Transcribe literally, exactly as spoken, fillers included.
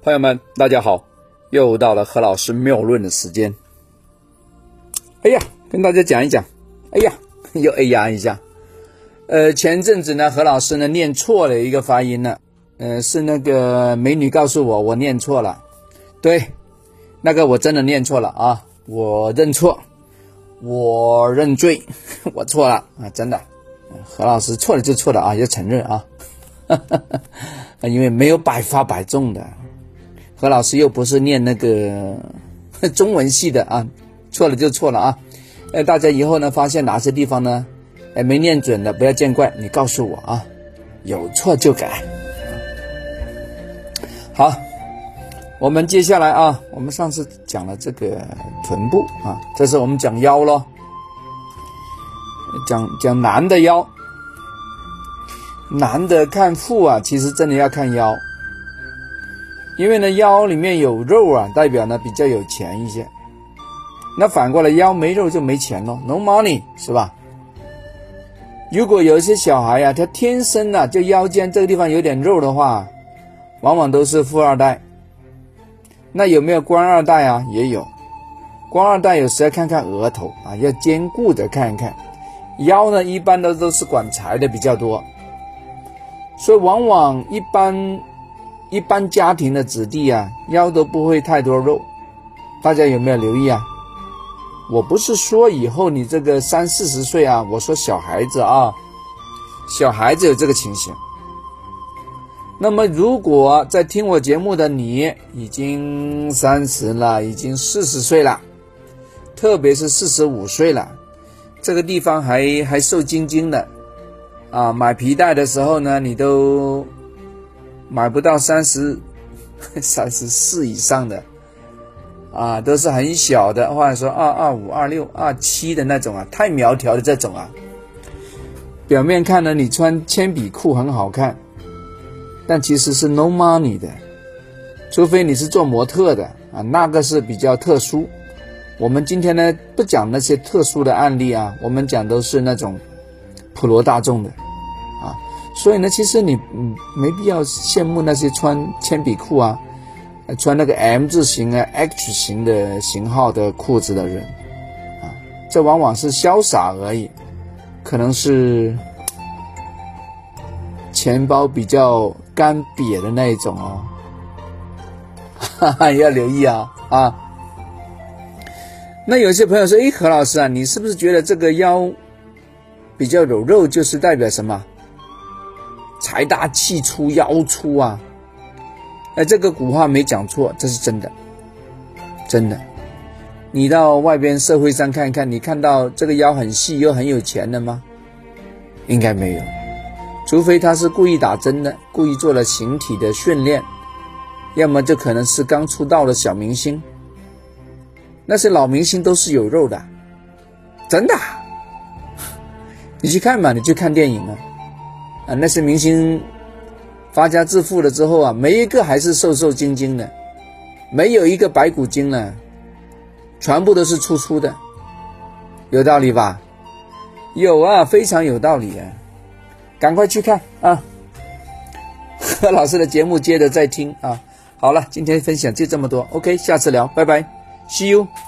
朋友们大家好，又到了何老师妙论的时间。哎呀，跟大家讲一讲，哎呀又哎呀一下。呃前阵子呢何老师呢念错了一个发音呢，呃是那个美女告诉我我念错了。对，那个我真的念错了啊，我认错，我认罪，我错了啊，真的。何老师错了就错了啊，要承认啊。因为没有百发百中的，何老师又不是念那个中文系的啊，错了就错了啊。呃，大家以后呢发现哪些地方呢，哎没念准的不要见怪，你告诉我啊，有错就改。好，我们接下来啊，我们上次讲了这个臀部啊，这是我们讲腰咯，讲讲男的腰。男的看腹啊，其实真的要看腰，因为呢腰里面有肉啊，代表呢比较有钱一些。那反过来腰没肉就没钱咯 ，no money 是吧？如果有一些小孩啊，他天生啊就腰间这个地方有点肉的话，往往都是富二代。那有没有官二代啊？也有。官二代有时要看看额头啊，要兼顾的看一看。腰呢一般都都是管财的比较多。所以往往一般一般家庭的子弟啊，腰都不会太多肉。大家有没有留意啊？我不是说以后你这个三四十岁啊，我说小孩子啊，小孩子有这个情形。那么如果在听我节目的你已经三十了，已经四十岁了，特别是四十五岁了，这个地方还还瘦晶晶的。啊，买皮带的时候呢，你都买不到三十、三十四以上的，啊，都是很小的，或者说二二五、二六、二七的那种啊，太苗条的这种啊。表面看呢，你穿铅笔裤很好看，但其实是 no money 的，除非你是做模特的啊，那个是比较特殊。我们今天呢，不讲那些特殊的案例啊，我们讲都是那种普罗大众的啊，所以呢，其实你嗯没必要羡慕那些穿铅笔裤啊，穿那个 M 字型啊、H 型的型号的裤子的人啊，这往往是潇洒而已，可能是钱包比较干瘪的那一种哦，哈哈，要留意啊啊。那有些朋友说，诶，何老师啊，你是不是觉得这个腰比较有肉就是代表什么？财大气粗腰粗啊。哎，这个古话没讲错，这是真的，真的。你到外边社会上看看，你看到这个腰很细又很有钱的吗？应该没有，除非他是故意打针的，故意做了形体的训练，要么就可能是刚出道的小明星。那些老明星都是有肉的，真的。你去看嘛，你去看电影啊，啊，那些明星发家致富了之后啊，每一个还是瘦瘦精精的，没有一个白骨精了，全部都是粗粗的，有道理吧？有啊，非常有道理啊！赶快去看啊！何老师的节目接着再听啊！好了，今天分享就这么多 ，OK， 下次聊，拜拜 ，See you。